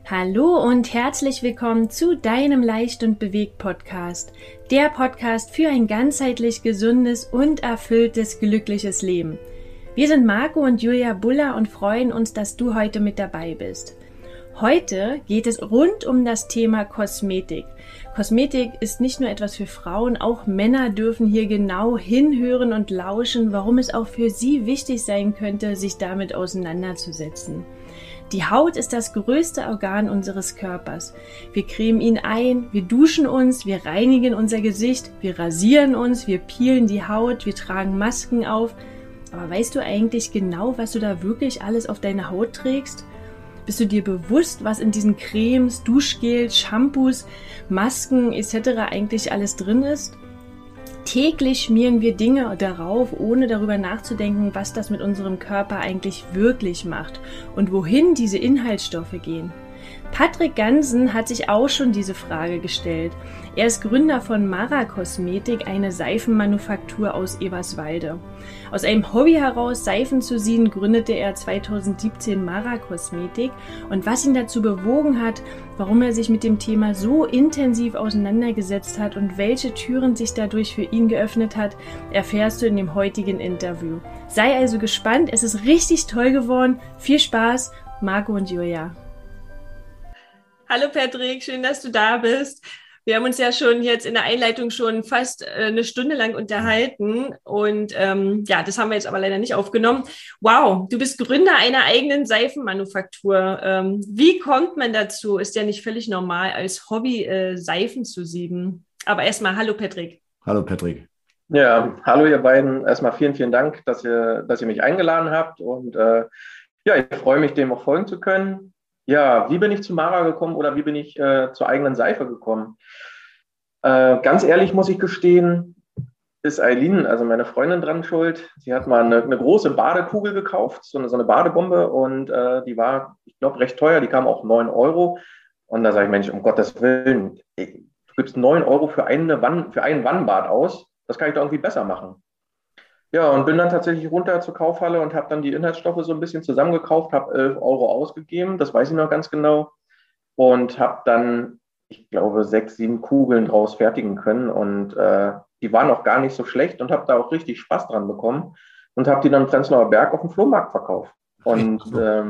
Hallo und herzlich willkommen zu deinem Leicht und bewegt Podcast. Der Podcast für ein ganzheitlich gesundes und erfülltes, glückliches Leben. Wir sind Marco und Julia Buller und freuen uns, dass du heute mit dabei bist. Heute geht es rund um das Thema Kosmetik. Kosmetik ist nicht nur etwas für Frauen, auch Männer dürfen hier genau hinhören und lauschen, warum es auch für sie wichtig sein könnte, sich damit auseinanderzusetzen. Die Haut ist das größte Organ unseres Körpers. Wir cremen ihn ein, wir duschen uns, wir reinigen unser Gesicht, wir rasieren uns, wir peelen die Haut, wir tragen Masken auf. Aber weißt du eigentlich genau, was du da wirklich alles auf deine Haut trägst? Bist du dir bewusst, was in diesen Cremes, Duschgels, Shampoos, Masken etc. eigentlich alles drin ist? Täglich schmieren wir Dinge darauf, ohne darüber nachzudenken, was das mit unserem Körper eigentlich wirklich macht und wohin diese Inhaltsstoffe gehen. Patrick Gansen hat sich auch schon diese Frage gestellt. Er ist Gründer von Mara Kosmetik, eine Seifenmanufaktur aus Eberswalde. Aus einem Hobby heraus, Seifen zu sieden, gründete er 2017 Mara Kosmetik. Und was ihn dazu bewogen hat, warum er sich mit dem Thema so intensiv auseinandergesetzt hat und welche Türen sich dadurch für ihn geöffnet hat, erfährst du in dem heutigen Interview. Sei also gespannt, es ist richtig toll geworden. Viel Spaß, Marco und Julia. Hallo Patrick, schön, dass du da bist. Wir haben uns ja schon jetzt in der Einleitung schon fast eine Stunde lang unterhalten und das haben wir jetzt aber leider nicht aufgenommen. Wow, du bist Gründer einer eigenen Seifenmanufaktur. Wie kommt man dazu? Ist ja nicht völlig normal, als Hobby Seifen zu sieben. Aber erstmal, hallo Patrick. Hallo Patrick. Ja, hallo ihr beiden. Erstmal vielen Dank, dass ihr mich eingeladen habt und ich freue mich, dem auch folgen zu können. Ja, wie bin ich zu Mara gekommen oder wie bin ich zur eigenen Seife gekommen? Ganz ehrlich muss ich gestehen, ist Eileen, also meine Freundin, dran schuld. Sie hat mal eine große Badekugel gekauft, so eine Badebombe, und die war, ich glaube, recht teuer, die kam auch 9 Euro. Und da sage ich, Mensch, um Gottes Willen, du gibst 9 Euro für ein Wannenbad aus, das kann ich doch irgendwie besser machen. Ja, und bin dann tatsächlich runter zur Kaufhalle und habe dann die Inhaltsstoffe so ein bisschen zusammengekauft, habe 11 Euro ausgegeben, das weiß ich noch ganz genau, und habe dann, ich glaube, 6, 7 Kugeln draus fertigen können, und die waren auch gar nicht so schlecht und habe da auch richtig Spaß dran bekommen und habe die dann im Prenzlauer Berg auf dem Flohmarkt verkauft. Und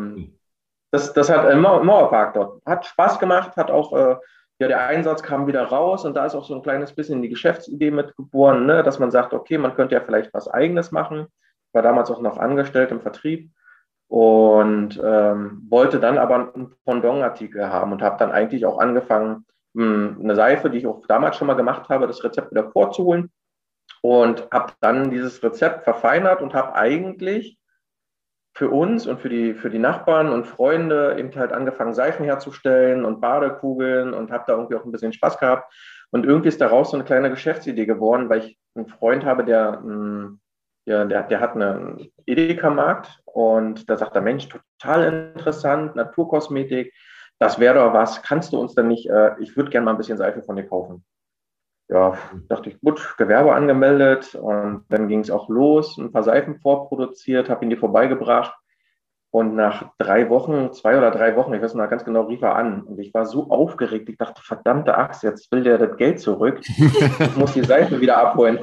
das hat im Mauerpark dort. Hat Spaß gemacht, hat auch der Einsatz kam wieder raus, und da ist auch so ein kleines bisschen die Geschäftsidee mit geboren, ne? Dass man sagt, okay, man könnte ja vielleicht was Eigenes machen. Ich war damals auch noch angestellt im Vertrieb und wollte dann aber einen Pendant-Artikel haben und habe dann eigentlich auch angefangen, eine Seife, die ich auch damals schon mal gemacht habe, das Rezept wieder vorzuholen, und habe dann dieses Rezept verfeinert und habe eigentlich für uns und für die Nachbarn und Freunde eben halt angefangen, Seifen herzustellen und Badekugeln, und habe da irgendwie auch ein bisschen Spaß gehabt. Und irgendwie ist daraus so eine kleine Geschäftsidee geworden, weil ich einen Freund habe, der hat einen Edeka-Markt, und da sagt er, Mensch, total interessant, Naturkosmetik, das wäre doch was, kannst du uns denn nicht, ich würde gerne mal ein bisschen Seife von dir kaufen. Ja, dachte ich, gut, Gewerbe angemeldet, und dann ging es auch los, ein paar Seifen vorproduziert, habe ihn die vorbeigebracht, und nach 3 Wochen, 2 oder 3 Wochen, ich weiß noch ganz genau, rief er an, und ich war so aufgeregt, ich dachte, verdammte Axt, jetzt will der das Geld zurück, ich muss die Seife wieder abholen.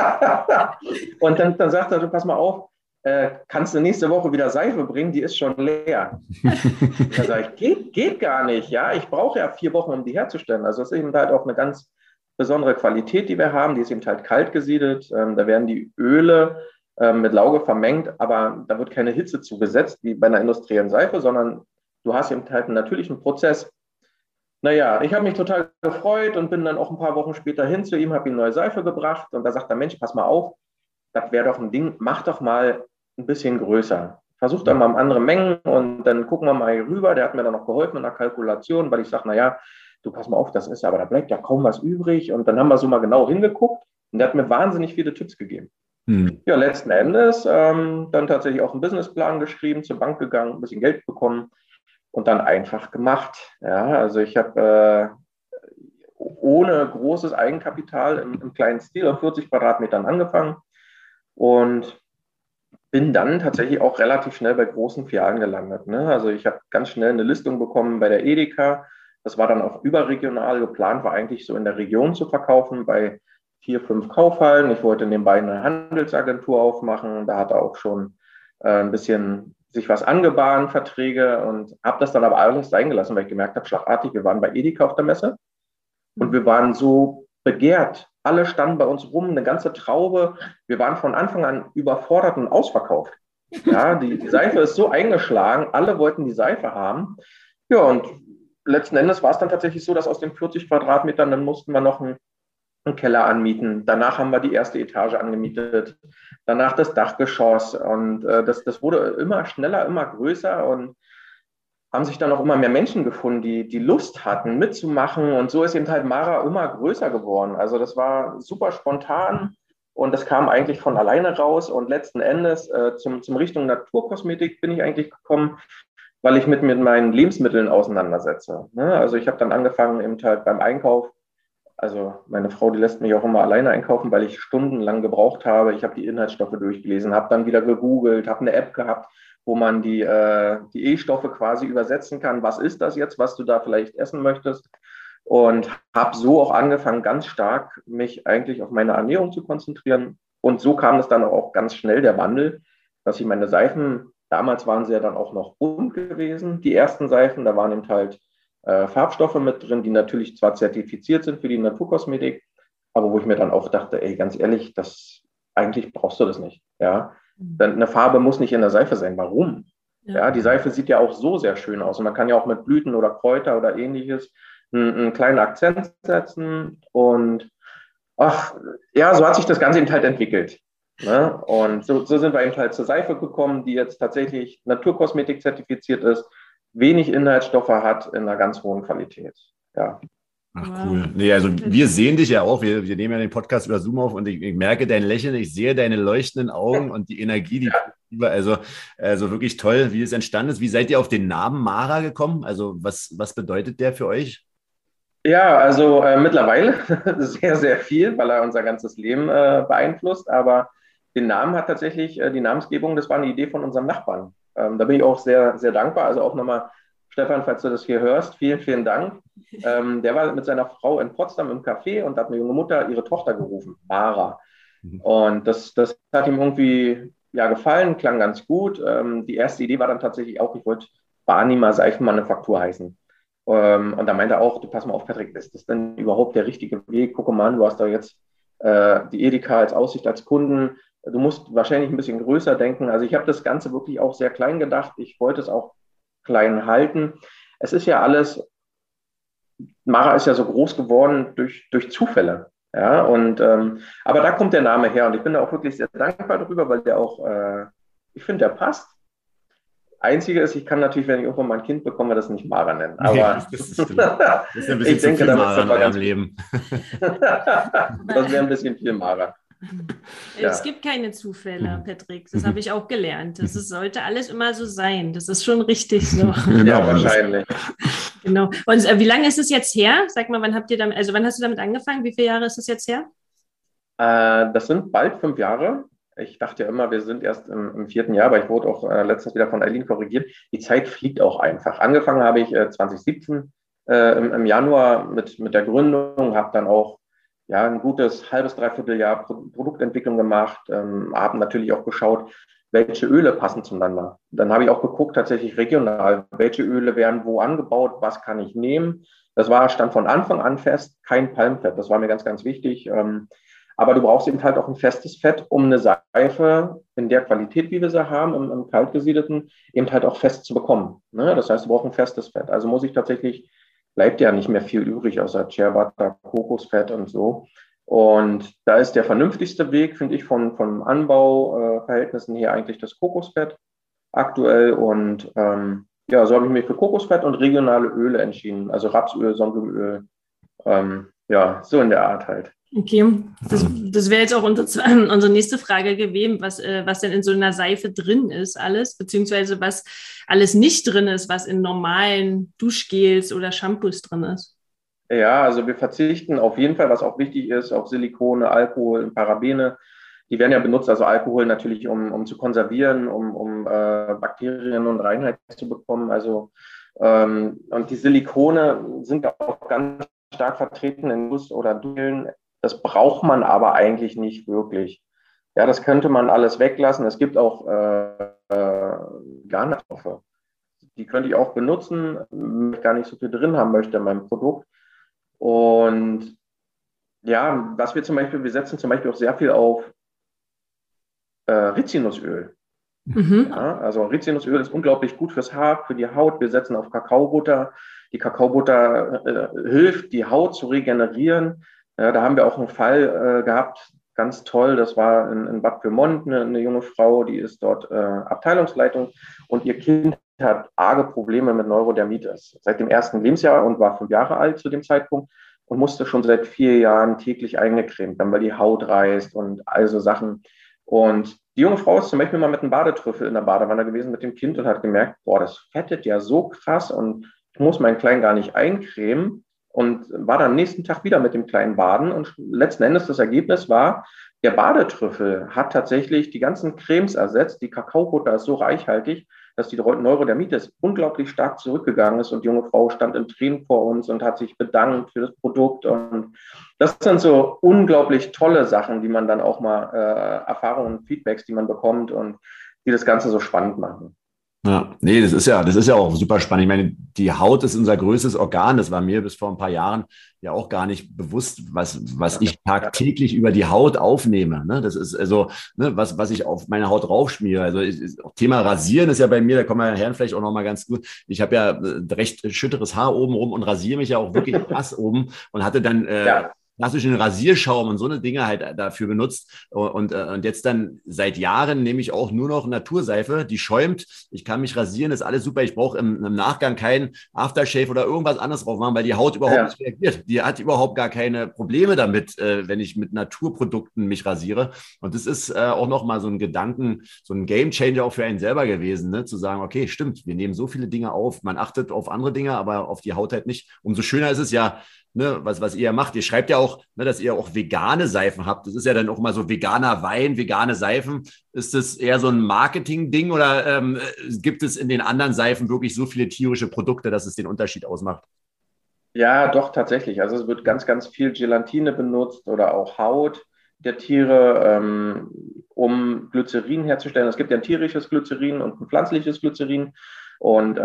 Und dann sagt er, du, pass mal auf, kannst du nächste Woche wieder Seife bringen, die ist schon leer. Da sage ich, geht gar nicht, ja, ich brauche ja 4 Wochen, um die herzustellen, also das ist eben halt auch eine ganz besondere Qualität, die wir haben, die ist eben halt kalt gesiedelt. Da werden die Öle mit Lauge vermengt, aber da wird keine Hitze zugesetzt, wie bei einer industriellen Seife, sondern du hast eben halt einen natürlichen Prozess. Naja, ich habe mich total gefreut und bin dann auch ein paar Wochen später hin zu ihm, habe ihm neue Seife gebracht, und da sagt er, Mensch, pass mal auf, das wäre doch ein Ding, mach doch mal ein bisschen größer. Versuch dann mal andere Mengen, und dann gucken wir mal hier rüber. Der hat mir dann noch geholfen in der Kalkulation, weil ich sage, naja, du, pass mal auf, aber da bleibt ja kaum was übrig. Und dann haben wir so mal genau hingeguckt, und der hat mir wahnsinnig viele Tipps gegeben. Ja, letzten Endes dann tatsächlich auch einen Businessplan geschrieben, zur Bank gegangen, ein bisschen Geld bekommen und dann einfach gemacht. Ja, also ich habe ohne großes Eigenkapital im kleinen Stil auf 40 Quadratmetern angefangen, und bin dann tatsächlich auch relativ schnell bei großen Filialen gelandet. Ne? Also ich habe ganz schnell eine Listung bekommen bei der Edeka. Das war dann auch überregional geplant, war eigentlich so in der Region zu verkaufen, bei 4, 5 Kaufhallen. Ich wollte nebenbei eine Handelsagentur aufmachen. Da hatte auch schon ein bisschen sich was angebahnt, Verträge, und habe das dann aber alles sein gelassen, weil ich gemerkt habe, schlagartig, wir waren bei Edeka auf der Messe und wir waren so begehrt. Alle standen bei uns rum, eine ganze Traube. Wir waren von Anfang an überfordert und ausverkauft. Ja, die Seife ist so eingeschlagen, alle wollten die Seife haben. Ja, und letzten Endes war es dann tatsächlich so, dass aus den 40 Quadratmetern, dann mussten wir noch einen Keller anmieten. Danach haben wir die erste Etage angemietet. Danach das Dachgeschoss. Und das wurde immer schneller, immer größer, und haben sich dann auch immer mehr Menschen gefunden, die Lust hatten, mitzumachen. Und so ist eben halt Mara immer größer geworden. Also das war super spontan und das kam eigentlich von alleine raus. Und letzten Endes zum Richtung Naturkosmetik bin ich eigentlich gekommen, weil ich mit meinen Lebensmitteln auseinandersetze. Ne? Also ich habe dann angefangen eben halt beim Einkauf. Also meine Frau, die lässt mich auch immer alleine einkaufen, weil ich stundenlang gebraucht habe. Ich habe die Inhaltsstoffe durchgelesen, habe dann wieder gegoogelt, habe eine App gehabt, wo man die E-Stoffe quasi übersetzen kann. Was ist das jetzt, was du da vielleicht essen möchtest? Und habe so auch angefangen, ganz stark mich eigentlich auf meine Ernährung zu konzentrieren. Und so kam es dann auch ganz schnell, der Wandel, dass ich meine Seifen, damals waren sie ja dann auch noch bunt gewesen, die ersten Seifen, da waren eben halt Farbstoffe mit drin, die natürlich zwar zertifiziert sind für die Naturkosmetik, aber wo ich mir dann auch dachte, ey, ganz ehrlich, eigentlich brauchst du das nicht. Ja? Denn eine Farbe muss nicht in der Seife sein. Warum? Ja, die Seife sieht ja auch so sehr schön aus. Und man kann ja auch mit Blüten oder Kräuter oder ähnliches einen kleinen Akzent setzen. Und ach, ja, so hat sich das Ganze eben halt entwickelt. Ne? Und so sind wir eben halt zur Seife gekommen, die jetzt tatsächlich Naturkosmetik zertifiziert ist, wenig Inhaltsstoffe hat, in einer ganz hohen Qualität. Ja. Ach, cool. Nee, also wir sehen dich ja auch. Wir nehmen ja den Podcast über Zoom auf und ich merke dein Lächeln, ich sehe deine leuchtenden Augen und die Energie, also wirklich toll, wie es entstanden ist. Wie seid ihr auf den Namen Mara gekommen? Also was bedeutet der für euch? Ja, also mittlerweile sehr, sehr viel, weil er unser ganzes Leben beeinflusst. Aber den Namen hat tatsächlich, die Namensgebung, das war eine Idee von unserem Nachbarn. Da bin ich auch sehr, sehr dankbar. Also auch nochmal, Stefan, falls du das hier hörst, vielen, vielen Dank. Der war mit seiner Frau in Potsdam im Café und hat eine junge Mutter ihre Tochter gerufen, Mara. Und das hat ihm irgendwie ja, gefallen, klang ganz gut. Die erste Idee war dann tatsächlich auch, ich wollte Barnima Seifenmanufaktur heißen. Und da meinte er auch, du pass mal auf, Patrick, ist das denn überhaupt der richtige Weg? Guck mal an, du hast da jetzt die Edeka als Aussicht als Kunden. Du musst wahrscheinlich ein bisschen größer denken. Also ich habe das Ganze wirklich auch sehr klein gedacht. Ich wollte es auch klein halten. Es ist ja alles, Mara ist ja so groß geworden durch Zufälle. Ja, und aber da kommt der Name her und ich bin da auch wirklich sehr dankbar darüber, weil der auch, ich finde, der passt. Einzige ist, ich kann natürlich, wenn ich irgendwann mal ein Kind bekomme, das nicht Mara nennen. Aber das ist ein bisschen zu viel Mara in eurem Leben. Das wäre ein bisschen viel Mara. Es gibt keine Zufälle, Patrick. Das habe ich auch gelernt. Sollte alles immer so sein. Das ist schon richtig so. Ja, wahrscheinlich. Genau. Und wie lange ist es jetzt her? Sag mal, wann hast du damit angefangen? Wie viele Jahre ist es jetzt her? Das sind bald 5 Jahre. Ich dachte ja immer, wir sind erst im 4. Jahr, aber ich wurde auch letztens wieder von Eileen korrigiert. Die Zeit fliegt auch einfach. Angefangen habe ich 2017 im Januar mit der Gründung, habe dann auch ja, ein gutes halbes, dreiviertel Jahr Produktentwicklung gemacht, haben natürlich auch geschaut, welche Öle passen zueinander. Dann habe ich auch geguckt, tatsächlich regional, welche Öle werden wo angebaut, was kann ich nehmen. Stand von Anfang an fest, kein Palmfett. Das war mir ganz, ganz wichtig. Aber du brauchst eben halt auch ein festes Fett, um eine Seife in der Qualität, wie wir sie haben, im kaltgesiedelten, eben halt auch fest zu bekommen. Ne? Das heißt, du brauchst ein festes Fett. Also bleibt ja nicht mehr viel übrig, außer Shea Butter, Kokosfett und so. Und da ist der vernünftigste Weg, finde ich, von Anbauverhältnissen her eigentlich das Kokosfett aktuell. Und ja, so habe ich mich für Kokosfett und regionale Öle entschieden. Also Rapsöl, Sonnenblumenöl, ja, so in der Art halt. Okay, das wäre jetzt auch unsere nächste Frage gewesen, was denn in so einer Seife drin ist alles, beziehungsweise was alles nicht drin ist, was in normalen Duschgels oder Shampoos drin ist. Ja, also wir verzichten auf jeden Fall, was auch wichtig ist, auf Silikone, Alkohol und Parabene. die werden ja benutzt, also Alkohol natürlich, um zu konservieren, um Bakterien und Reinheit zu bekommen. Also, und die Silikone sind ja auch ganz stark vertreten in Guss oder Dülen. Das braucht man aber eigentlich nicht wirklich. Ja, das könnte man alles weglassen. Es gibt auch Garnstoffe. Die könnte ich auch benutzen, wenn ich gar nicht so viel drin haben möchte in meinem Produkt. Und ja, was wir setzen zum Beispiel auch sehr viel auf Rizinusöl. Ja, also Rizinusöl ist unglaublich gut fürs Haar, für die Haut. Wir setzen auf Kakaobutter. Die Kakaobutter hilft, die Haut zu regenerieren. Ja, da haben wir auch einen Fall gehabt, ganz toll. Das war in Bad Pyrmont eine junge Frau, die ist dort Abteilungsleitung und ihr Kind hat arge Probleme mit Neurodermitis seit dem ersten Lebensjahr und war 5 Jahre alt zu dem Zeitpunkt und musste schon seit 4 Jahren täglich eingecremt werden, weil die Haut reißt und all so Sachen. Und die junge Frau ist zum Beispiel mal mit einem Badetrüffel in der Badewanne gewesen mit dem Kind und hat gemerkt, boah, das fettet ja so krass und ich muss meinen Kleinen gar nicht eincremen. Und war dann am nächsten Tag wieder mit dem Kleinen baden. Und letzten Endes das Ergebnis war, der Badetrüffel hat tatsächlich die ganzen Cremes ersetzt. Die Kakaobutter ist so reichhaltig, dass die Neurodermitis unglaublich stark zurückgegangen ist. Und die junge Frau stand in Tränen vor uns und hat sich bedankt für das Produkt. Und das sind so unglaublich tolle Sachen, die man dann auch mal, Erfahrungen und Feedbacks, die man bekommt und die das Ganze so spannend machen. Ja, nee, das ist ja auch super spannend. Ich meine, die Haut ist unser größtes Organ. Das war mir bis vor ein paar Jahren ja auch gar nicht bewusst, was ich tagtäglich über die Haut aufnehme. Ne? Das ist also, ne, was ich auf meine Haut draufschmiere. Also Thema Rasieren ist ja bei mir, da kommen wir nachher vielleicht auch nochmal ganz gut. Ich habe ja recht schütteres Haar oben rum und rasiere mich ja auch wirklich krass oben und hatte dann klassischen Rasierschaum und so eine Dinge halt dafür benutzt. Und jetzt dann seit Jahren nehme ich auch nur noch Naturseife, die schäumt. Ich kann mich rasieren, ist alles super. Ich brauche im Nachgang keinen Aftershave oder irgendwas anderes drauf machen, weil die Haut überhaupt nicht reagiert. Die hat überhaupt gar keine Probleme damit, wenn ich mit Naturprodukten mich rasiere. Und das ist auch nochmal so ein Gedanken, so ein Gamechanger auch für einen selber gewesen, ne? Zu sagen, okay, stimmt, wir nehmen so viele Dinge auf, man achtet auf andere Dinge, aber auf die Haut halt nicht. Umso schöner ist es ja, ne, was ihr macht. Ihr schreibt ja auch, ne, dass ihr auch vegane Seifen habt. Das ist ja dann auch mal so veganer Wein, vegane Seifen. Ist das eher so ein Marketing-Ding oder gibt es in den anderen Seifen wirklich so viele tierische Produkte, dass es den Unterschied ausmacht? Ja, doch, tatsächlich. Also es wird ganz, ganz viel Gelatine benutzt oder auch Haut der Tiere, um Glycerin herzustellen. Es gibt ja ein tierisches Glycerin und ein pflanzliches Glycerin. Und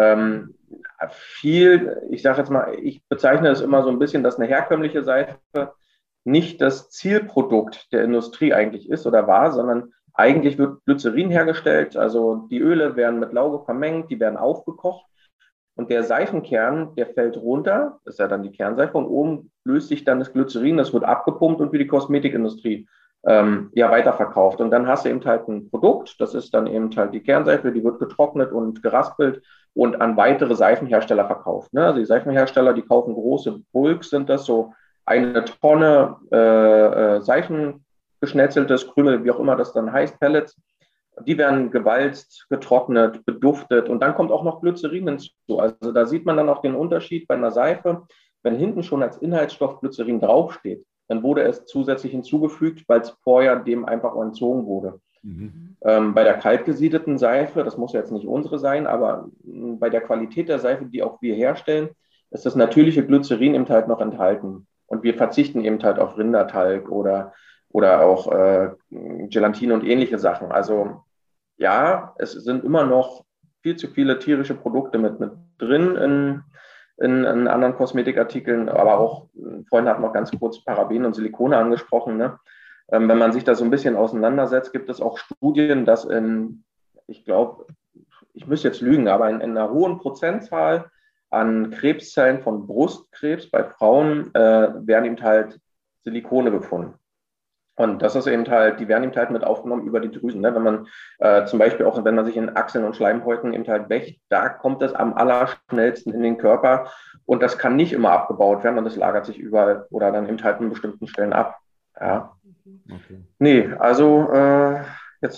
ich sage jetzt mal, ich bezeichne es immer so ein bisschen, dass eine herkömmliche Seife nicht das Zielprodukt der Industrie eigentlich ist oder war, sondern eigentlich wird Glycerin hergestellt. Also die Öle werden mit Lauge vermengt, die werden aufgekocht. Und der Seifenkern, der fällt runter, das ist ja dann die Kernseife, und oben löst sich dann das Glycerin, das wird abgepumpt und für die Kosmetikindustrie weiterverkauft. Und dann hast du eben halt ein Produkt, das ist dann eben halt die Kernseife, die wird getrocknet und geraspelt und an weitere Seifenhersteller verkauft. Ne? Also die Seifenhersteller, die kaufen große Bulks, sind das so 1 Tonne Seifen, geschnetzeltes Krümel, wie auch immer das dann heißt, Pellets. Die werden gewalzt, getrocknet, beduftet und dann kommt auch noch Glycerin hinzu. Also da sieht man dann auch den Unterschied bei einer Seife, wenn hinten schon als Inhaltsstoff Glycerin draufsteht, dann wurde es zusätzlich hinzugefügt, weil es vorher dem einfach entzogen wurde. Bei der kaltgesiedelten Seife, das muss jetzt nicht unsere sein, aber bei der Qualität der Seife, die auch wir herstellen, ist das natürliche Glycerin eben halt noch enthalten. Und wir verzichten eben halt auf Rindertalg oder auch Gelatine und ähnliche Sachen. Also ja, es sind immer noch viel zu viele tierische Produkte mit drin in anderen Kosmetikartikeln, aber auch, vorhin hat noch ganz kurz Paraben und Silikone angesprochen. Ne? Wenn man sich da so ein bisschen auseinandersetzt, gibt es auch Studien, dass ich glaube, ich müsste jetzt lügen, aber in einer hohen Prozentzahl an Krebszellen von Brustkrebs bei Frauen werden eben halt Silikone gefunden. Und das ist eben halt, die werden eben halt mit aufgenommen über die Drüsen. Ne? Wenn man zum Beispiel auch, wenn man sich in Achseln und Schleimhäuten eben halt wäscht, da kommt es am allerschnellsten in den Körper und das kann nicht immer abgebaut werden und das lagert sich überall oder dann eben halt an bestimmten Stellen ab. Ja. Okay. Nee, also jetzt habe ich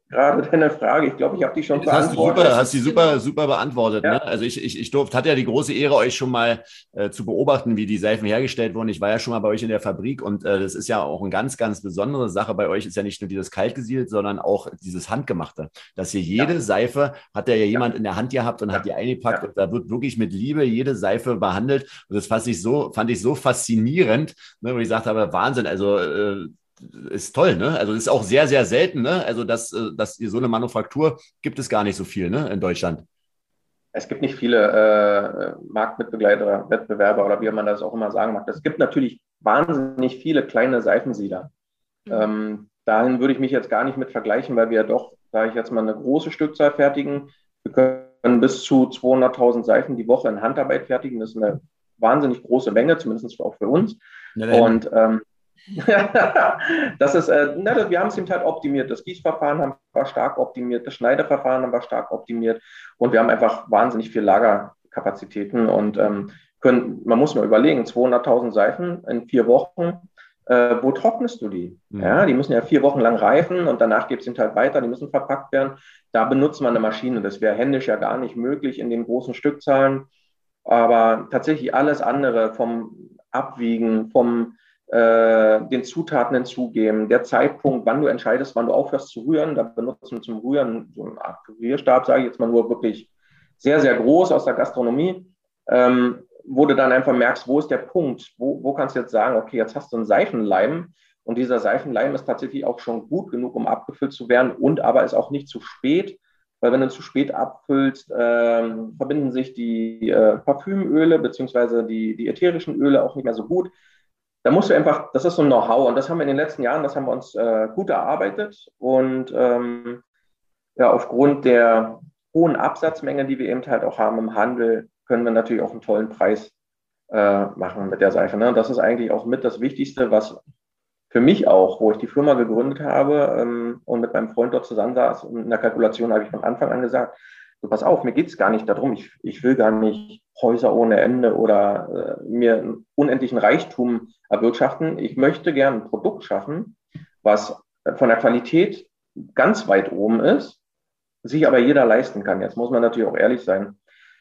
gerade deine Frage. Ich glaube, ich habe die schon beantwortet. Hast du super beantwortet. Ja. Ne? Also ich hatte ja die große Ehre, euch schon mal zu beobachten, wie die Seifen hergestellt wurden. Ich war ja schon mal bei euch in der Fabrik und das ist ja auch eine ganz, ganz besondere Sache. Bei euch ist ja nicht nur dieses Kaltgesiedelt, sondern auch dieses Handgemachte. Dass hier jede Seife hat ja jemand in der Hand gehabt und hat die eingepackt und da wird wirklich mit Liebe jede Seife behandelt. Und das fand ich so faszinierend, ne, wo ich gesagt habe, Wahnsinn, also ist toll, ne? Also das ist auch sehr, sehr selten, ne? Also dass so eine Manufaktur gibt es gar nicht so viel, ne, in Deutschland. Es gibt nicht viele Marktmitbegleiter, Wettbewerber oder wie man das auch immer sagen mag. Es gibt natürlich wahnsinnig viele kleine Seifensieder. Dahin würde ich mich jetzt gar nicht mit vergleichen, weil wir ja doch, sage ich jetzt mal, eine große Stückzahl fertigen. Wir können bis zu 200.000 Seifen die Woche in Handarbeit fertigen. Das ist eine wahnsinnig große Menge, zumindest auch für uns. Und das ist, wir haben es eben halt optimiert. Das Gießverfahren haben wir stark optimiert, das Schneideverfahren haben wir stark optimiert und wir haben einfach wahnsinnig viel Lagerkapazitäten und man muss mal überlegen, 200.000 Seifen in 4 Wochen, wo trocknest du die? Ja, die müssen ja 4 Wochen lang reifen und danach geht es eben halt weiter, die müssen verpackt werden. Da benutzt man eine Maschine, das wäre händisch ja gar nicht möglich in den großen Stückzahlen, aber tatsächlich alles andere vom Abwiegen, vom den Zutaten hinzugeben, der Zeitpunkt, wann du entscheidest, wann du aufhörst zu rühren, da benutzen wir zum Rühren so eine Art Pürierstab, sage ich jetzt mal nur wirklich sehr, sehr groß aus der Gastronomie, wo du dann einfach merkst, wo ist der Punkt, wo kannst du jetzt sagen, okay, jetzt hast du einen Seifenleim und dieser Seifenleim ist tatsächlich auch schon gut genug, um abgefüllt zu werden und aber ist auch nicht zu spät, weil wenn du zu spät abfüllst, verbinden sich die Parfümöle beziehungsweise die ätherischen Öle auch nicht mehr so gut. Da musst du einfach, das ist so ein Know-how und das haben wir in den letzten Jahren, das haben wir uns gut erarbeitet und aufgrund der hohen Absatzmenge, die wir eben halt auch haben im Handel, können wir natürlich auch einen tollen Preis machen mit der Seife. Ne? Das ist eigentlich auch mit das Wichtigste, was für mich auch, wo ich die Firma gegründet habe und mit meinem Freund dort zusammensaß und in der Kalkulation habe ich von Anfang an gesagt, so, pass auf, mir geht es gar nicht darum, ich will gar nicht Häuser ohne Ende oder mir einen unendlichen Reichtum erwirtschaften. Ich möchte gerne ein Produkt schaffen, was von der Qualität ganz weit oben ist, sich aber jeder leisten kann. Jetzt muss man natürlich auch ehrlich sein.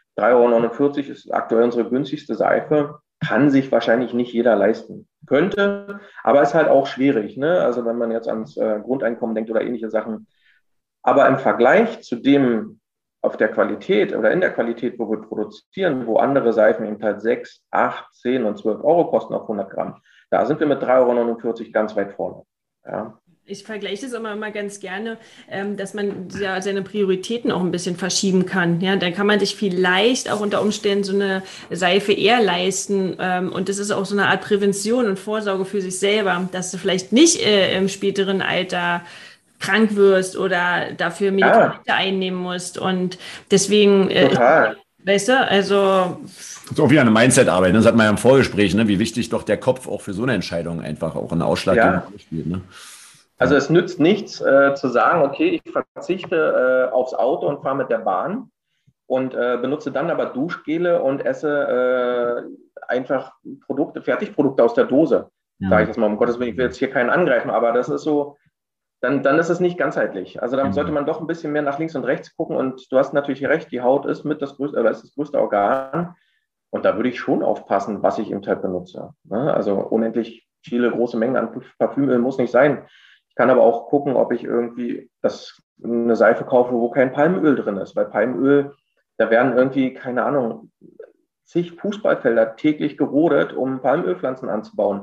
3,49 € ist aktuell unsere günstigste Seife, kann sich wahrscheinlich nicht jeder leisten. Könnte, aber ist halt auch schwierig, ne? Also wenn man jetzt ans Grundeinkommen denkt oder ähnliche Sachen. Aber im Vergleich zu dem auf der Qualität oder in der Qualität, wo wir produzieren, wo andere Seifen eben halt 6, 8, 10 und 12 € kosten auf 100 Gramm, da sind wir mit 3,49 € ganz weit vorne. Ja. Ich vergleiche das immer ganz gerne, dass man ja seine Prioritäten auch ein bisschen verschieben kann. Ja, dann kann man sich vielleicht auch unter Umständen so eine Seife eher leisten. Und das ist auch so eine Art Prävention und Vorsorge für sich selber, dass du vielleicht nicht im späteren Alter krank wirst oder dafür Medikamente einnehmen musst. Und deswegen, weißt du, also... Das ist auch wieder eine Mindset-Arbeit. Das hat man ja im Vorgespräch, ne? Wie wichtig doch der Kopf auch für so eine Entscheidung einfach auch einen Ausschlag spielt. Ne? Also es nützt nichts zu sagen, okay, ich verzichte aufs Auto und fahre mit der Bahn und benutze dann aber Duschgele und esse einfach Fertigprodukte aus der Dose. Ja. Sage ich jetzt mal, um Gottes Willen, ich will jetzt hier keinen angreifen, aber das ist so, dann ist es nicht ganzheitlich. Also dann sollte man doch ein bisschen mehr nach links und rechts gucken und du hast natürlich recht, die Haut ist ist das größte Organ und da würde ich schon aufpassen, was ich im Teil benutze. Ne? Also unendlich viele große Mengen an Parfümöl muss nicht sein. Ich kann aber auch gucken, ob ich irgendwie eine Seife kaufe, wo kein Palmöl drin ist, weil Palmöl, da werden irgendwie, keine Ahnung, zig Fußballfelder täglich gerodet, um Palmölpflanzen anzubauen.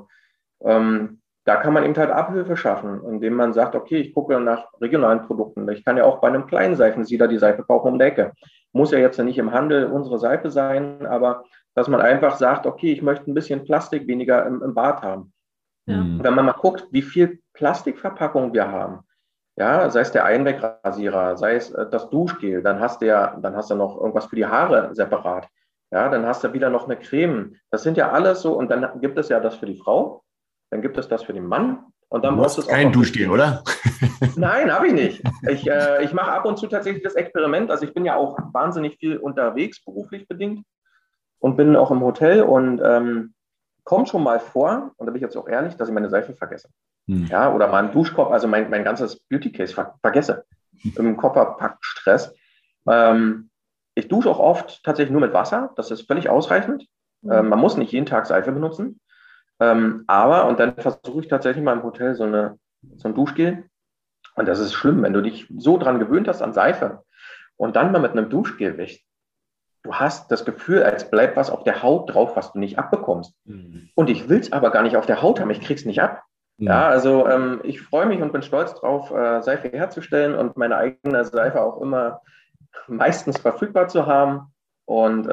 Da kann man eben halt Abhilfe schaffen, indem man sagt, okay, ich gucke nach regionalen Produkten. Ich kann ja auch bei einem kleinen Seifensieder die Seife kaufen um die Ecke. Muss ja jetzt nicht im Handel unsere Seife sein, aber dass man einfach sagt, okay, ich möchte ein bisschen Plastik weniger im Bad haben. Ja. Wenn man mal guckt, wie viel Plastikverpackung wir haben, ja, sei es der Einwegrasierer, sei es das Duschgel, dann hast du noch irgendwas für die Haare separat. Ja, dann hast du wieder noch eine Creme. Das sind ja alles so, und dann gibt es ja das für die Frau, dann gibt es das für den Mann. Und dann du hast kein Duschgel, oder? Nein, habe ich nicht. Ich mache ab und zu tatsächlich das Experiment. Also ich bin ja auch wahnsinnig viel unterwegs, beruflich bedingt, und bin auch im Hotel und kommt schon mal vor, und da bin ich jetzt auch ehrlich, dass ich meine Seife vergesse. Ja, oder mal einen Duschkopf, also mein ganzes Beauty-Case vergesse. im Kofferpackstress. Ich dusche auch oft tatsächlich nur mit Wasser. Das ist völlig ausreichend. Man muss nicht jeden Tag Seife benutzen. Und dann versuche ich tatsächlich mal im Hotel so ein Duschgel. Und das ist schlimm, wenn du dich so dran gewöhnt hast an Seife und dann mal mit einem Duschgel wäschst. Du hast das Gefühl, als bleibt was auf der Haut drauf, was du nicht abbekommst. Und ich will es aber gar nicht auf der Haut haben, ich krieg's nicht ab. Ja, also ich freue mich und bin stolz drauf, Seife herzustellen und meine eigene Seife auch immer meistens verfügbar zu haben. Und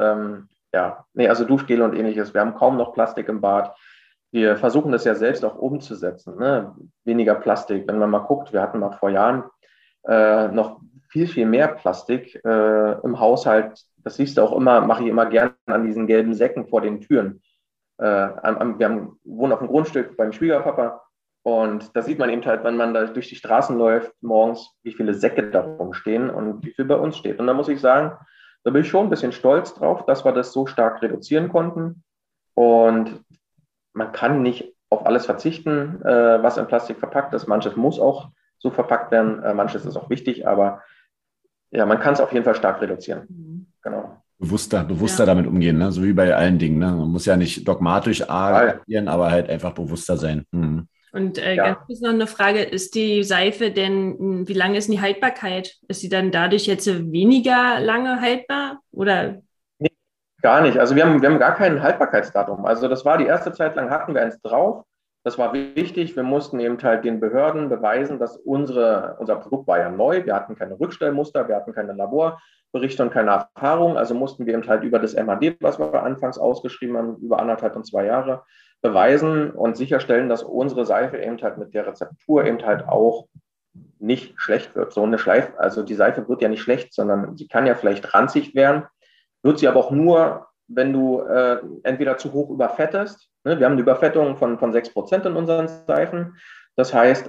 also Duschgel und ähnliches. Wir haben kaum noch Plastik im Bad. Wir versuchen das ja selbst auch umzusetzen. Ne? Weniger Plastik. Wenn man mal guckt, wir hatten mal vor Jahren noch viel, viel mehr Plastik im Haushalt. Das siehst du auch immer, mache ich immer gerne an diesen gelben Säcken vor den Türen. Wir wohnen auf einem Grundstück beim Schwiegerpapa. Und da sieht man eben halt, wenn man da durch die Straßen läuft morgens, wie viele Säcke da rumstehen und wie viel bei uns steht. Und da muss ich sagen, da bin ich schon ein bisschen stolz drauf, dass wir das so stark reduzieren konnten. Und man kann nicht auf alles verzichten, was in Plastik verpackt ist. Manches muss auch so verpackt werden, manches ist auch wichtig, aber ja, man kann es auf jeden Fall stark reduzieren. Genau. Bewusster damit umgehen, ne? So wie bei allen Dingen. Ne? Man muss ja nicht dogmatisch agieren, aber halt einfach bewusster sein. Und ganz kurz noch eine Frage, ist die Seife denn, wie lange ist denn die Haltbarkeit? Ist sie dann dadurch jetzt weniger lange haltbar? Oder? Nee, gar nicht. Also wir haben gar kein Haltbarkeitsdatum. Also das war die erste Zeit lang, hatten wir eins drauf. Das war wichtig. Wir mussten eben halt den Behörden beweisen, dass unser Produkt war ja neu. Wir hatten keine Rückstellmuster, wir hatten keine Laborberichte und keine Erfahrung. Also mussten wir eben halt über das MAD, was wir anfangs ausgeschrieben haben, über 1,5 und 2 Jahre, beweisen und sicherstellen, dass unsere Seife eben halt mit der Rezeptur eben halt auch nicht schlecht wird. So eine Schleife, also die Seife wird ja nicht schlecht, sondern sie kann ja vielleicht ranzig werden, wird sie aber auch nur, wenn du entweder zu hoch überfettest. Ne? Wir haben eine Überfettung von 6% in unseren Seifen. Das heißt,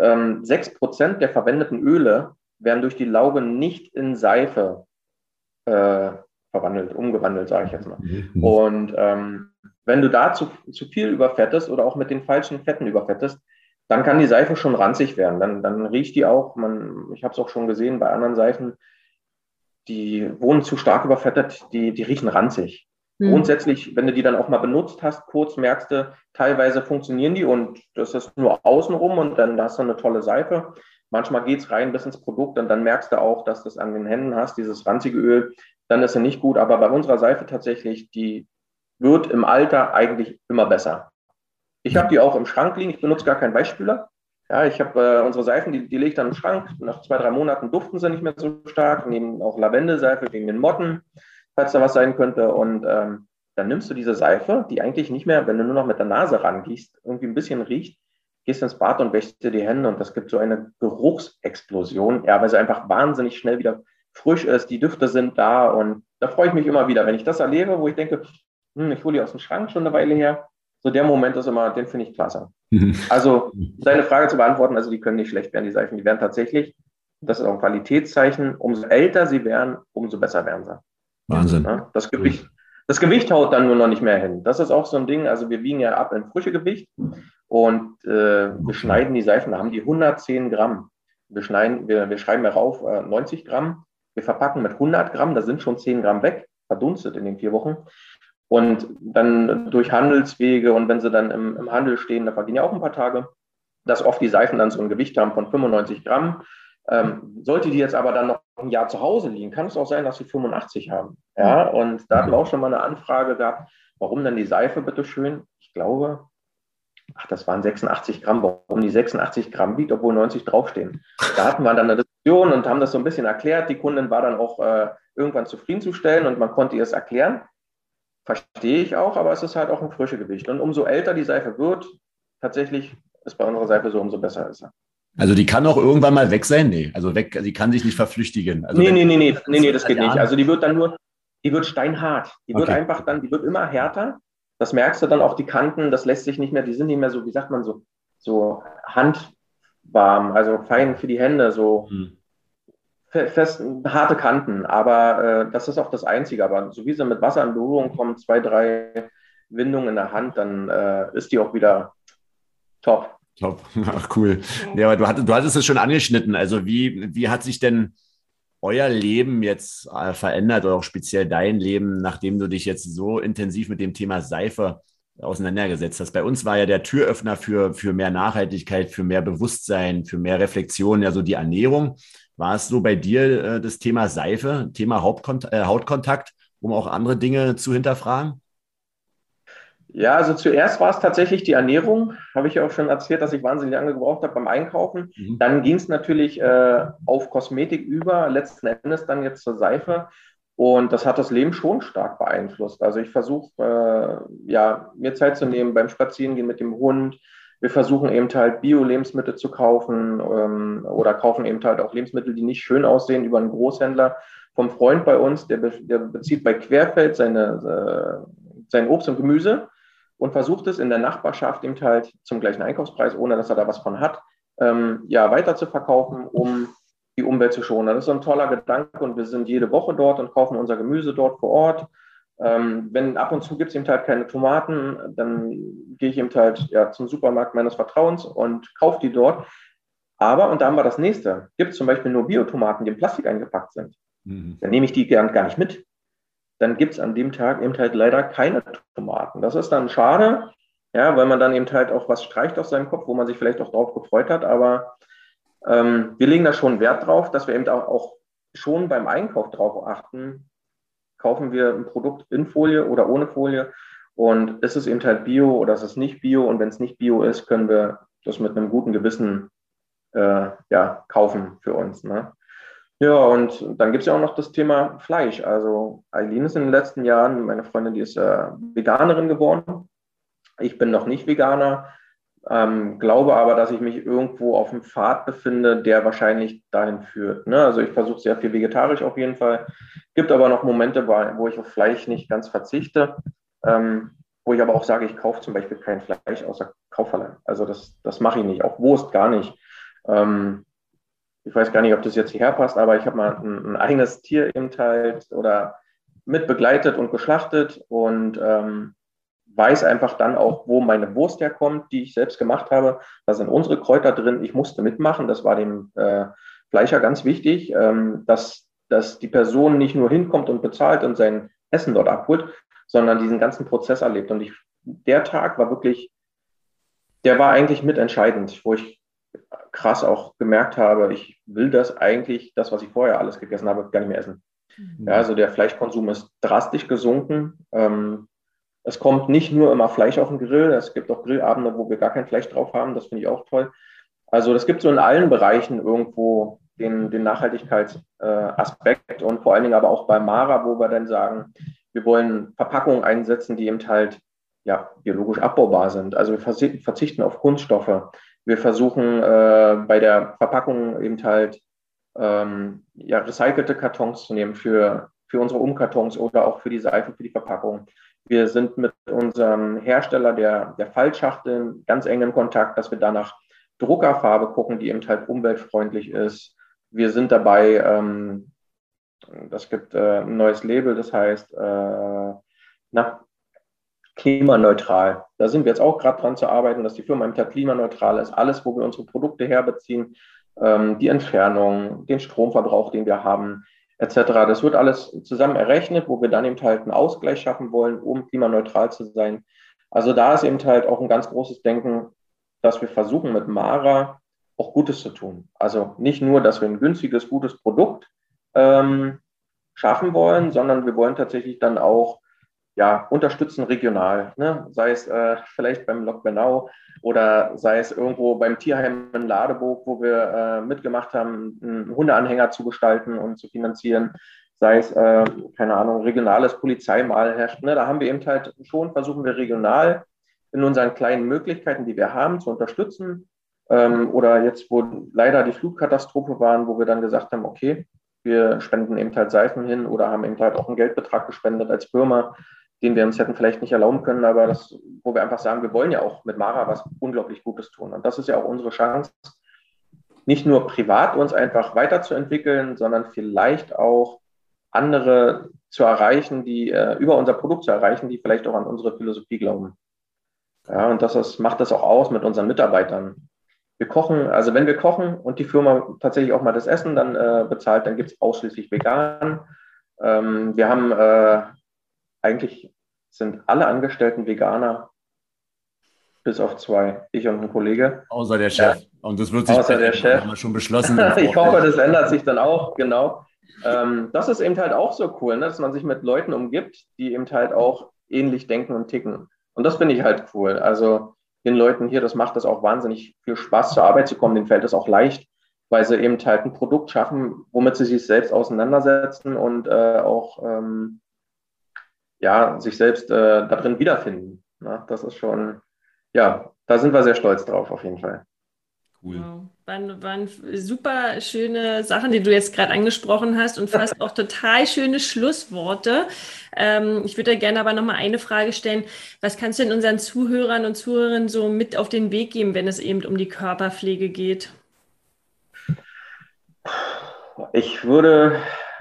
6% der verwendeten Öle werden durch die Lauge nicht in Seife umgewandelt, sage ich jetzt mal. Und wenn du da zu viel überfettest oder auch mit den falschen Fetten überfettest, dann kann die Seife schon ranzig werden. Dann riecht die auch, ich habe es auch schon gesehen bei anderen Seifen, die wurden zu stark überfettet, die riechen ranzig. Grundsätzlich, wenn du die dann auch mal benutzt hast, kurz merkst du, teilweise funktionieren die und das ist nur außenrum und dann hast du eine tolle Seife. Manchmal geht es rein bis ins Produkt und dann merkst du auch, dass du es an den Händen hast, dieses ranzige Öl, dann ist sie nicht gut. Aber bei unserer Seife tatsächlich, die wird im Alter eigentlich immer besser. Ich habe die auch im Schrank liegen, ich benutze gar keinen Weichspüler. Ja, ich habe unsere Seifen, die lege ich dann im Schrank. Nach 2-3 Monaten duften sie nicht mehr so stark. Nehmen auch Lavendelseife wegen den Motten, falls da was sein könnte. Und dann nimmst du diese Seife, die eigentlich nicht mehr, wenn du nur noch mit der Nase rangehst, irgendwie ein bisschen riecht, gehst ins Bad und wäschst dir die Hände und das gibt so eine Geruchsexplosion, ja, weil sie einfach wahnsinnig schnell wieder frisch ist, die Düfte sind da und da freue ich mich immer wieder, wenn ich das erlebe, wo ich denke, ich hole die aus dem Schrank schon eine Weile her. So der Moment ist immer, den finde ich klasse. Also deine Frage zu beantworten, also die können nicht schlecht werden, die Seifen, die werden tatsächlich, das ist auch ein Qualitätszeichen, umso älter sie werden, umso besser werden sie. Wahnsinn. Ja, das Gewicht haut dann nur noch nicht mehr hin. Das ist auch so ein Ding, also wir wiegen ja ab in frische Gewicht und wir schneiden die Seifen, da haben die 110 Gramm. Wir schreiben ja rauf 90 Gramm, wir verpacken mit 100 Gramm, da sind schon 10 Gramm weg, verdunstet in den 4 Wochen. Und dann durch Handelswege und wenn sie dann im Handel stehen, da vergehen ja auch ein paar Tage, dass oft die Seifen dann so ein Gewicht haben von 95 Gramm. Sollte die jetzt aber dann noch ein Jahr zu Hause liegen, kann es auch sein, dass sie 85 haben. Ja, und da hatten wir auch schon mal eine Anfrage gehabt, warum denn die Seife bitteschön? Ich glaube, das waren 86 Gramm, warum die 86 Gramm wiegt, obwohl 90 draufstehen. Da hatten wir dann eine Diskussion und haben das so ein bisschen erklärt. Die Kundin war dann auch irgendwann zufriedenzustellen und man konnte ihr es erklären. Verstehe ich auch, aber es ist halt auch ein frisches Gewicht. Und umso älter die Seife wird, tatsächlich ist bei unserer Seife so, umso besser ist sie. Also die kann auch irgendwann mal weg sein? Nee, also weg, die kann sich nicht verflüchtigen. Also nee, das geht nicht. Also die wird dann die wird steinhart. Die wird einfach dann, die wird immer härter. Das merkst du dann auch, die Kanten, das lässt sich nicht mehr, die sind nicht mehr so, wie sagt man, so handwarm, also fein für die Hände, so fest, harte Kanten. Aber das ist auch das Einzige. Aber so wie sie mit Wasser in Berührung kommen, 2, 3 Windungen in der Hand, dann ist die auch wieder top. Top, ach cool. Ja, aber du hattest es schon angeschnitten. Also wie hat sich denn euer Leben jetzt verändert oder auch speziell dein Leben, nachdem du dich jetzt so intensiv mit dem Thema Seife auseinandergesetzt hast? Bei uns war ja der Türöffner für mehr Nachhaltigkeit, für mehr Bewusstsein, für mehr Reflexion, ja so die Ernährung. War es so bei dir das Thema Seife, Thema Hautkontakt, um auch andere Dinge zu hinterfragen? Ja, also zuerst war es tatsächlich die Ernährung, habe ich ja auch schon erzählt, dass ich wahnsinnig lange gebraucht habe beim Einkaufen. Mhm. Dann ging es natürlich auf Kosmetik über, letzten Endes dann jetzt zur Seife. Und das hat das Leben schon stark beeinflusst. Also ich versuche, ja, mir Zeit zu nehmen beim Spazierengehen mit dem Hund. Wir versuchen eben halt Bio-Lebensmittel zu kaufen oder kaufen eben halt auch Lebensmittel, die nicht schön aussehen, über einen Großhändler vom Freund bei uns. Der bezieht bei Querfeld sein Obst und Gemüse und versucht es in der Nachbarschaft eben halt zum gleichen Einkaufspreis, ohne dass er da was von hat, ja, weiter zu verkaufen, um die Umwelt zu schonen. Das ist so ein toller Gedanke und wir sind jede Woche dort und kaufen unser Gemüse dort vor Ort. Wenn ab und zu gibt es eben halt keine Tomaten, dann gehe ich eben halt ja, zum Supermarkt meines Vertrauens und kaufe die dort. Aber, und da haben wir das nächste, gibt es zum Beispiel nur Biotomaten, die in Plastik eingepackt sind. Mhm. Dann nehme ich die gar nicht mit. Dann gibt es an dem Tag eben halt leider keine Tomaten. Das ist dann schade, ja, weil man dann eben halt auch was streicht aus seinem Kopf, wo man sich vielleicht auch drauf gefreut hat. Aber wir legen da schon Wert drauf, dass wir eben auch schon beim Einkauf drauf achten, kaufen wir ein Produkt in Folie oder ohne Folie und ist es eben halt Bio oder ist es nicht Bio und wenn es nicht Bio ist, können wir das mit einem guten Gewissen ja, kaufen für uns. Ne? Ja, und dann gibt es ja auch noch das Thema Fleisch. Also Eileen ist in den letzten Jahren, meine Freundin, die ist Veganerin geworden. Ich bin noch nicht Veganer, glaube aber, dass ich mich irgendwo auf einem Pfad befinde, der wahrscheinlich dahin führt. Ne? Also ich versuche sehr viel vegetarisch auf jeden Fall. Gibt aber noch Momente, wo ich auf Fleisch nicht ganz verzichte, wo ich aber auch sage, ich kaufe zum Beispiel kein Fleisch außer Kaufverleih. Also das mache ich nicht, auch Wurst gar nicht. Ich weiß gar nicht, ob das jetzt hierher passt, aber ich habe mal ein eigenes Tier eben halt oder mit begleitet und geschlachtet und weiß einfach dann auch, wo meine Wurst herkommt, die ich selbst gemacht habe. Da sind unsere Kräuter drin. Ich musste mitmachen. Das war dem Fleischer ganz wichtig, dass die Person nicht nur hinkommt und bezahlt und sein Essen dort abholt, sondern diesen ganzen Prozess erlebt. Und der Tag war wirklich, der war eigentlich mitentscheidend, wo ich krass auch gemerkt habe, ich will das eigentlich, das, was ich vorher alles gegessen habe, gar nicht mehr essen. Mhm. Ja, also der Fleischkonsum ist drastisch gesunken. Es kommt nicht nur immer Fleisch auf den Grill, es gibt auch Grillabende, wo wir gar kein Fleisch drauf haben, das finde ich auch toll. Also das gibt so in allen Bereichen irgendwo den Nachhaltigkeitsaspekt und vor allen Dingen aber auch bei Mara, wo wir dann sagen, wir wollen Verpackungen einsetzen, die eben halt ja, biologisch abbaubar sind. Also wir verzichten auf Kunststoffe. Wir versuchen bei der Verpackung eben halt ja, recycelte Kartons zu nehmen für unsere Umkartons oder auch für die Seife, für die Verpackung. Wir sind mit unserem Hersteller der Fallschachteln ganz eng in Kontakt, dass wir danach Druckerfarbe gucken, die eben halt umweltfreundlich ist. Wir sind dabei, das gibt ein neues Label, das heißt klimaneutral. Da sind wir jetzt auch gerade dran zu arbeiten, dass die Firma eben halt klimaneutral ist. Alles, wo wir unsere Produkte herbeziehen, die Entfernung, den Stromverbrauch, den wir haben, etc. Das wird alles zusammen errechnet, wo wir dann eben halt einen Ausgleich schaffen wollen, um klimaneutral zu sein. Also da ist eben halt auch ein ganz großes Denken, dass wir versuchen mit Mara auch Gutes zu tun. Also nicht nur, dass wir ein günstiges, gutes Produkt schaffen wollen, sondern wir wollen tatsächlich dann auch ja, unterstützen regional, ne? Sei es vielleicht beim Lok Bernau oder sei es irgendwo beim Tierheim in Ladeburg, wo wir mitgemacht haben, einen Hundeanhänger zu gestalten und zu finanzieren, sei es, keine Ahnung, regionales Polizeimal herrscht. Ne? Da haben wir eben halt schon, versuchen wir regional in unseren kleinen Möglichkeiten, die wir haben, zu unterstützen. Oder jetzt, wo leider die Flutkatastrophe waren, wo wir dann gesagt haben, okay, wir spenden eben halt Seifen hin oder haben eben halt auch einen Geldbetrag gespendet als Firma, den wir uns hätten vielleicht nicht erlauben können, aber das, wo wir einfach sagen, wir wollen ja auch mit Mara was unglaublich Gutes tun. Und das ist ja auch unsere Chance, nicht nur privat uns einfach weiterzuentwickeln, sondern vielleicht auch andere zu erreichen, die über unser Produkt zu erreichen, die vielleicht auch an unsere Philosophie glauben. Ja, und macht das auch aus mit unseren Mitarbeitern. Wir kochen, also wenn wir kochen und die Firma tatsächlich auch mal das Essen dann bezahlt, dann gibt es ausschließlich vegan. Wir haben eigentlich sind alle Angestellten Veganer, bis auf 2, ich und ein Kollege. Außer der Chef. Und das wird sich außer der Chef. Haben wir schon beschlossen. Ich hoffe, das ändert sich dann auch, genau. Das ist eben halt auch so cool, ne, dass man sich mit Leuten umgibt, die eben halt auch ähnlich denken und ticken. Und das finde ich halt cool. Also den Leuten hier, das macht das auch wahnsinnig viel Spaß, zur Arbeit zu kommen. Denen fällt es auch leicht, weil sie eben halt ein Produkt schaffen, womit sie sich selbst auseinandersetzen und auch sich selbst da drin wiederfinden. Na, das ist schon, ja, da sind wir sehr stolz drauf, auf jeden Fall. Cool. Wow. Waren super schöne Sachen, die du jetzt gerade angesprochen hast und fast auch total schöne Schlussworte. Ich würde gerne aber nochmal eine Frage stellen. Was kannst du denn unseren Zuhörern und Zuhörerinnen so mit auf den Weg geben, wenn es eben um die Körperpflege geht? Ich würde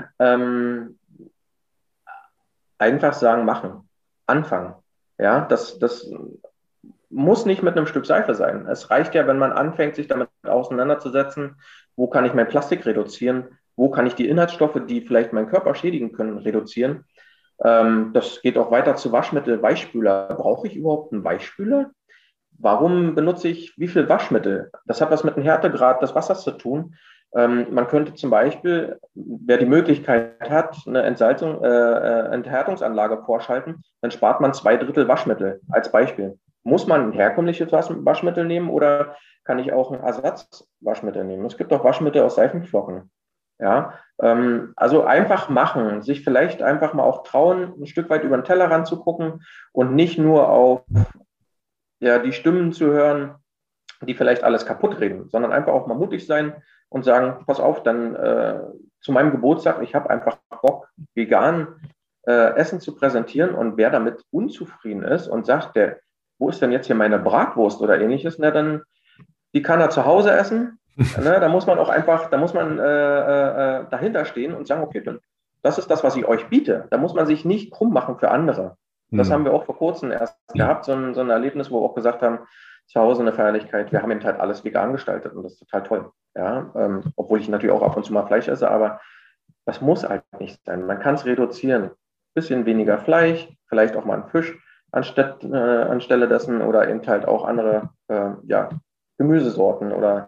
einfach sagen, machen, anfangen. Ja, das muss nicht mit einem Stück Seife sein. Es reicht ja, wenn man anfängt, sich damit auseinanderzusetzen, wo kann ich mein Plastik reduzieren, wo kann ich die Inhaltsstoffe, die vielleicht meinen Körper schädigen können, reduzieren. Das geht auch weiter zu Waschmittel, Weichspüler. Brauche ich überhaupt einen Weichspüler? Warum benutze ich wie viel Waschmittel? Das hat was mit dem Härtegrad des Wassers zu tun. Man könnte zum Beispiel, wer die Möglichkeit hat, eine Enthärtungsanlage vorschalten, dann spart man 2/3 Waschmittel als Beispiel. Muss man ein herkömmliches Waschmittel nehmen oder kann ich auch ein Ersatzwaschmittel nehmen? Es gibt auch Waschmittel aus Seifenflocken. Ja, also einfach machen, sich vielleicht einfach mal auch trauen, ein Stück weit über den Tellerrand zu gucken und nicht nur auf die Stimmen zu hören, die vielleicht alles kaputt reden, sondern einfach auch mal mutig sein und sagen, pass auf, dann zu meinem Geburtstag, ich habe einfach Bock, vegan Essen zu präsentieren, und wer damit unzufrieden ist und sagt, wo ist denn jetzt hier meine Bratwurst oder ähnliches, na, dann die kann er zu Hause essen. Ne, da muss man auch einfach, dahinter stehen und sagen, okay, dann, das ist das, was ich euch biete. Da muss man sich nicht krumm machen für andere. Das haben wir auch vor kurzem erst gehabt, so ein Erlebnis, wo wir auch gesagt haben, zu Hause eine Feierlichkeit, wir haben eben halt alles vegan gestaltet und das ist total toll. Ja, obwohl ich natürlich auch ab und zu mal Fleisch esse, aber das muss halt nicht sein. Man kann es reduzieren. Bisschen weniger Fleisch, vielleicht auch mal einen Fisch anstelle dessen oder eben halt auch andere Gemüsesorten oder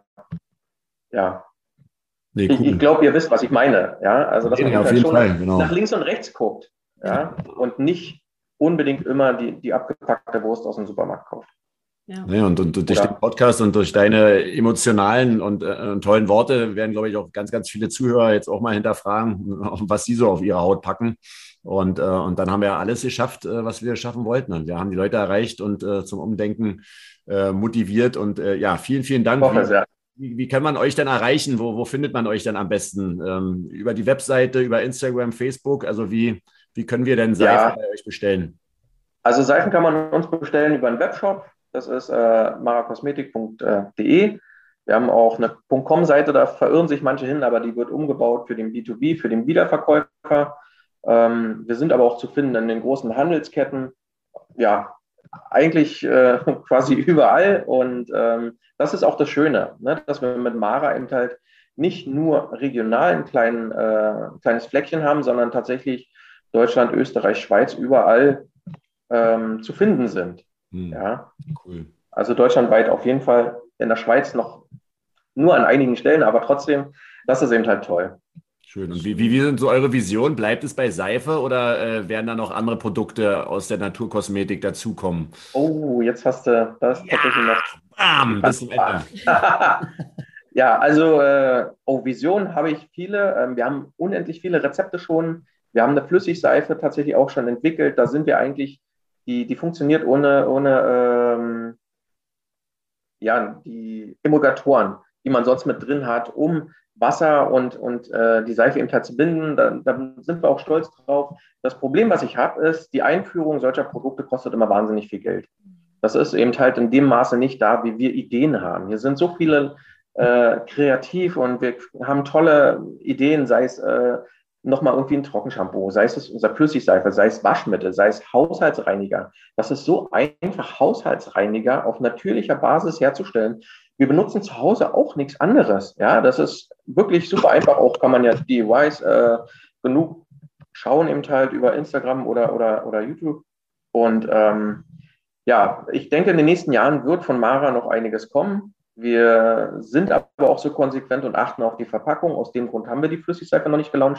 Nee, cool. Ich glaube, ihr wisst, was ich meine. Ja, also dass man auf halt jeden schon Fall, genau. nach links und rechts guckt, ja, und nicht unbedingt immer die abgepackte Wurst aus dem Supermarkt kauft. Ja. Und durch den Podcast und durch deine emotionalen und tollen Worte werden, glaube ich, auch ganz, ganz viele Zuhörer jetzt auch mal hinterfragen, was sie so auf ihre Haut packen. Und dann haben wir ja alles geschafft, was wir schaffen wollten. Und wir haben die Leute erreicht und zum Umdenken motiviert. Und vielen, vielen Dank. Wie kann man euch denn erreichen? Wo findet man euch denn am besten? Über die Webseite, über Instagram, Facebook? Also wie können wir denn Seifen bei euch bestellen? Also Seifen kann man uns bestellen über einen Webshop. Das ist maracosmetik.de. Wir haben auch eine .com-Seite, da verirren sich manche hin, aber die wird umgebaut für den B2B, für den Wiederverkäufer. Wir sind aber auch zu finden in den großen Handelsketten, eigentlich quasi überall. Und das ist auch das Schöne, ne? Dass wir mit Mara eben halt nicht nur regional ein kleines Fleckchen haben, sondern tatsächlich Deutschland, Österreich, Schweiz überall zu finden sind. Ja, cool. Also deutschlandweit auf jeden Fall, in der Schweiz noch nur an einigen Stellen, aber trotzdem, das ist eben halt toll. Schön. Und wie sind so eure Vision? Bleibt es bei Seife oder werden da noch andere Produkte aus der Naturkosmetik dazukommen? Oh, jetzt hast du das tatsächlich noch. Bam, bis zum Ende. Ja, also Visionen habe ich viele. Wir haben unendlich viele Rezepte schon. Wir haben eine Flüssigseife tatsächlich auch schon entwickelt. Da sind wir eigentlich, die funktioniert ohne die Emulgatoren, die man sonst mit drin hat, um Wasser und die Seife eben halt zu binden. Da sind wir auch stolz drauf. Das Problem, was ich habe, ist, die Einführung solcher Produkte kostet immer wahnsinnig viel Geld. Das ist eben halt in dem Maße nicht da, wie wir Ideen haben. Hier sind so viele kreativ und wir haben tolle Ideen, sei es nochmal irgendwie ein Trockenshampoo, sei es unser Flüssigseife, sei es Waschmittel, sei es Haushaltsreiniger. Das ist so einfach, Haushaltsreiniger auf natürlicher Basis herzustellen, wir benutzen zu Hause auch nichts anderes. Ja, das ist wirklich super einfach. Auch kann man ja DIYs genug schauen, eben halt über Instagram oder YouTube. Und ja, ich denke, in den nächsten Jahren wird von Mara noch einiges kommen. Wir sind aber auch so konsequent und achten auf die Verpackung. Aus dem Grund haben wir die Flüssigseife noch nicht gelauncht.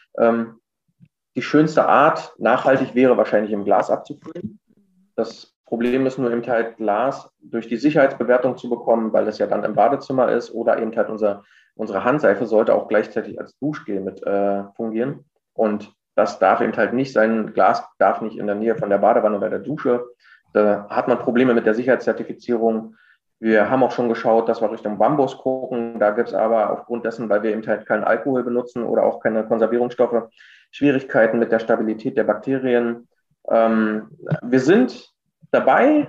Die schönste Art, nachhaltig, wäre wahrscheinlich im Glas abzufüllen. Das Problem ist nur eben halt Glas durch die Sicherheitsbewertung zu bekommen, weil es ja dann im Badezimmer ist, oder eben halt unsere Handseife sollte auch gleichzeitig als Duschgel mit fungieren. Und das darf eben halt nicht sein. Glas darf nicht in der Nähe von der Badewanne oder der Dusche. Da hat man Probleme mit der Sicherheitszertifizierung. Wir haben auch schon geschaut, dass wir Richtung Bambus gucken. Da gibt es aber aufgrund dessen, weil wir eben halt keinen Alkohol benutzen oder auch keine Konservierungsstoffe, Schwierigkeiten mit der Stabilität der Bakterien. Wir sind dabei.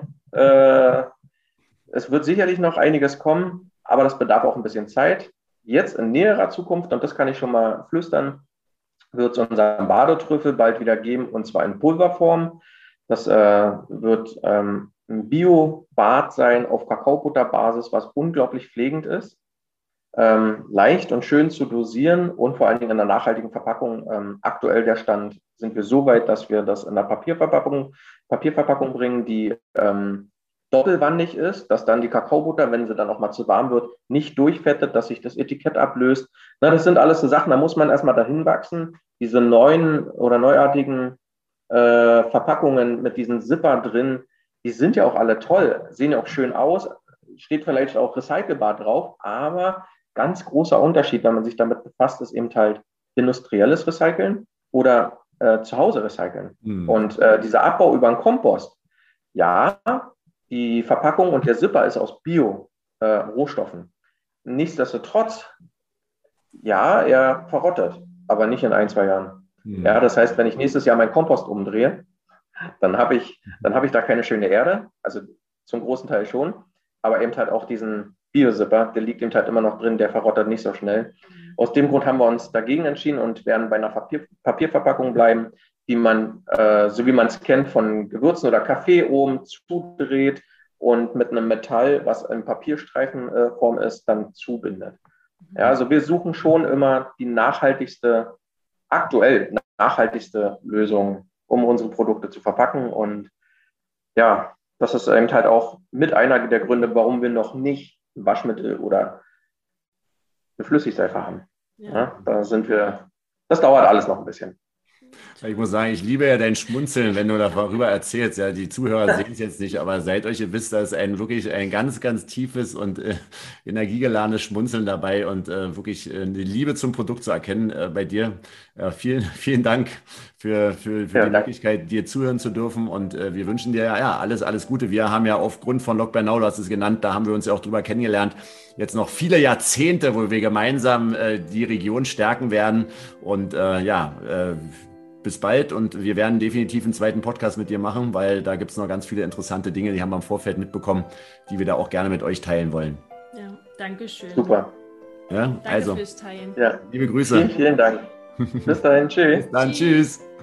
Es wird sicherlich noch einiges kommen, aber das bedarf auch ein bisschen Zeit. Jetzt in näherer Zukunft, und das kann ich schon mal flüstern, wird es unseren Badetrüffel bald wieder geben, und zwar in Pulverform. Das wird ein Bio-Bad sein auf Kakaobutterbasis, was unglaublich pflegend ist, leicht und schön zu dosieren und vor allen Dingen in einer nachhaltigen Verpackung. Aktuell der Stand, sind wir so weit, dass wir das in einer Papierverpackung bringen, die doppelwandig ist, dass dann die Kakaobutter, wenn sie dann auch mal zu warm wird, nicht durchfettet, dass sich das Etikett ablöst. Na, das sind alles so Sachen, da muss man erstmal dahin wachsen. Diese neuen oder neuartigen Verpackungen mit diesen Zipper drin, die sind ja auch alle toll, sehen ja auch schön aus, steht vielleicht auch recycelbar drauf, aber ganz großer Unterschied, wenn man sich damit befasst, ist eben halt industrielles Recyceln oder zu Hause recyceln. Und dieser Abbau über den Kompost, ja, die Verpackung und der Zipper ist aus Bio-Rohstoffen. Nichtsdestotrotz, ja, er verrottet, aber nicht in 1-2 Jahren. Ja, das heißt, wenn ich nächstes Jahr meinen Kompost umdrehe, dann habe ich da keine schöne Erde, also zum großen Teil schon, aber eben halt auch diesen Bio-Zipper, der liegt eben halt immer noch drin, der verrottet nicht so schnell. Aus dem Grund haben wir uns dagegen entschieden und werden bei einer Papierverpackung bleiben, die man, so wie man es kennt, von Gewürzen oder Kaffee oben zudreht und mit einem Metall, was in Papierstreifenform ist, dann zubindet. Ja, also wir suchen schon immer die aktuell nachhaltigste Lösung, um unsere Produkte zu verpacken. Und ja, das ist eben halt auch mit einer der Gründe, warum wir noch nicht ein Waschmittel oder eine Flüssigseife haben. Ja, das dauert alles noch ein bisschen. Ich muss sagen, ich liebe ja dein Schmunzeln, wenn du darüber erzählst. Ja, die Zuhörer sehen es jetzt nicht, aber seid euch, ihr wisst, da ist wirklich ein ganz, ganz tiefes und energiegeladenes Schmunzeln dabei und wirklich die Liebe zum Produkt zu erkennen bei dir. Vielen, vielen Dank für die Möglichkeit, dir zuhören zu dürfen, und wir wünschen dir ja alles Gute. Wir haben ja aufgrund von Lok Bernau, du hast es genannt, da haben wir uns ja auch drüber kennengelernt, jetzt noch viele Jahrzehnte, wo wir gemeinsam die Region stärken werden, und bis bald, und wir werden definitiv einen zweiten Podcast mit dir machen, weil da gibt es noch ganz viele interessante Dinge, die haben wir im Vorfeld mitbekommen, die wir da auch gerne mit euch teilen wollen. Ja, danke schön. Super. Ja, danke fürs Teilen. Ja. Liebe Grüße. Vielen, vielen Dank. Bis dahin, tschüss. Bis dann, tschüss.